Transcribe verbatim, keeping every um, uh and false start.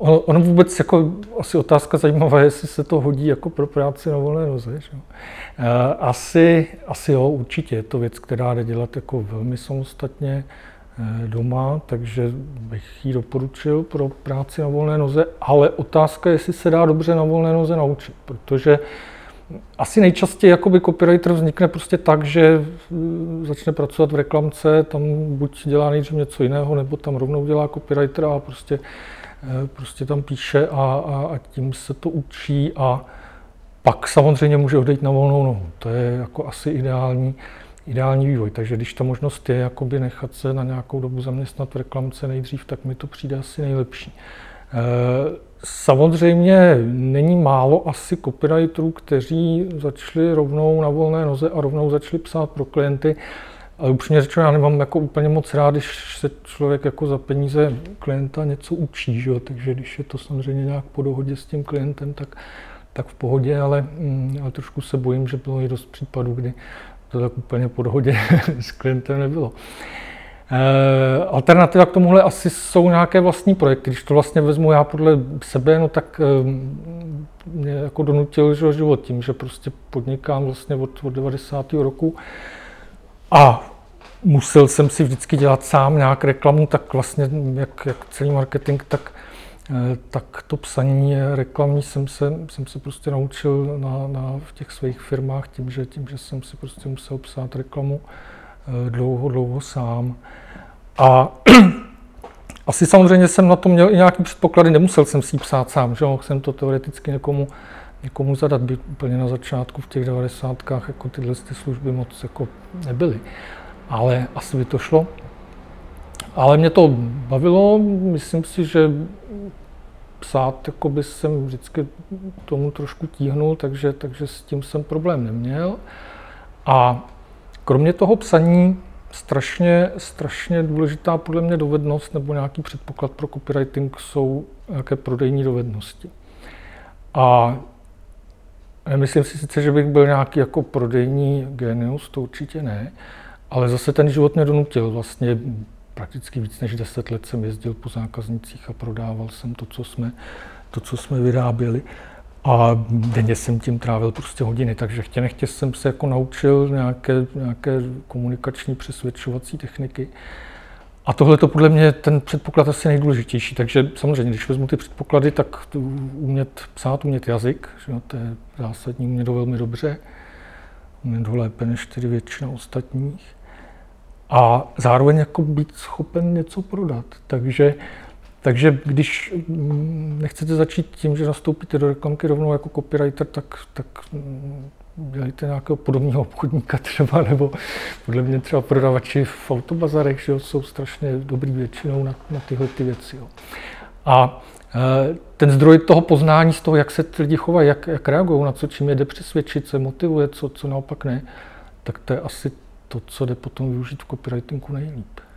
ono, ono vůbec jako asi otázka zajímavá, jestli se to hodí jako pro práci na volné noze. Že? Asi, asi jo, určitě je to věc, která jde dělat jako velmi samostatně doma, takže bych ji doporučil pro práci na volné noze, ale otázka je, jestli se dá dobře na volné noze naučit, protože asi nejčastěji jakoby copywriter vznikne prostě tak, že začne pracovat v reklamce, tam buď dělá nejdřív něco jiného, nebo tam rovnou dělá copywriter a prostě, prostě tam píše a, a, a tím se to učí a pak samozřejmě může odejít na volnou nohu. To je jako asi ideální, ideální vývoj. Takže když ta možnost je jakoby nechat se na nějakou dobu zaměstnat v reklamce nejdřív, tak mi to přijde asi nejlepší. Samozřejmě není málo asi copywriterů, kteří začali rovnou na volné noze a rovnou začali psát pro klienty. Ale upřímně řečeno, já nemám jako úplně moc rád, když se člověk jako za peníze klienta něco učí, že? Takže když je to samozřejmě nějak po dohodě s tím klientem, tak, tak v pohodě, ale, ale trošku se bojím, že bylo i dost případů, kdy to tak úplně po dohodě s klientem nebylo. E, alternativa k tomuhle asi jsou nějaké vlastní projekty. Když to vlastně vezmu já podle sebe, no tak e, mě jako donutil že, život tím, že prostě podnikám vlastně od, od devadesátého roku a musel jsem si vždycky dělat sám nějak reklamu, tak vlastně jak, jak celý marketing, tak, e, tak to psaní reklamní jsem se, jsem se prostě naučil na, na, v těch svých firmách tím že, tím, že jsem si prostě musel psát reklamu dlouho, dlouho sám. A asi samozřejmě jsem na to měl i nějaký předpoklady, nemusel jsem si ji psát sám, že mohl jsem to teoreticky někomu, někomu zadat, by úplně na začátku v těch devadesátkách jako tyhle ty služby moc jako nebyly. Ale asi by to šlo. Ale mě to bavilo, myslím si, že psát jako by jsem vždycky tomu trošku tíhnul, takže, takže s tím jsem problém neměl. A kromě toho psaní strašně, strašně důležitá podle mě dovednost nebo nějaký předpoklad pro copywriting jsou nějaké prodejní dovednosti. A nemyslím si sice, že bych byl nějaký jako prodejní genius, to určitě ne, ale zase ten život mě donutil. Vlastně prakticky víc než deset let jsem jezdil po zákaznicích a prodával jsem to, co jsme, to, co jsme vyráběli. A denně jsem tím trávil prostě hodiny, takže chtě nechtě jsem se jako naučil nějaké, nějaké komunikační přesvědčovací techniky. A tohle to podle mě ten předpoklad asi nejdůležitější, takže samozřejmě, když vezmu ty předpoklady, tak umět psát, umět jazyk, že to je zásadní, umět ho velmi dobře, umět ho lépe než tedy většina ostatních. A zároveň jako být schopen něco prodat, takže Takže když nechcete začít tím, že nastoupíte do reklamky rovnou jako copywriter, tak, tak dělejte nějakého podobného obchodníka třeba, nebo podle mě třeba prodavači v autobazarech, že jo, jsou strašně dobrý většinou na, na tyhle ty věci. Jo. A e, ten zdroj toho poznání z toho, jak se lidi chovají, jak, jak reagují, na co, čím je jde přesvědčit, co motivuje, co, co naopak ne, tak to je asi to, co jde potom využít v copywritingu nejlíp.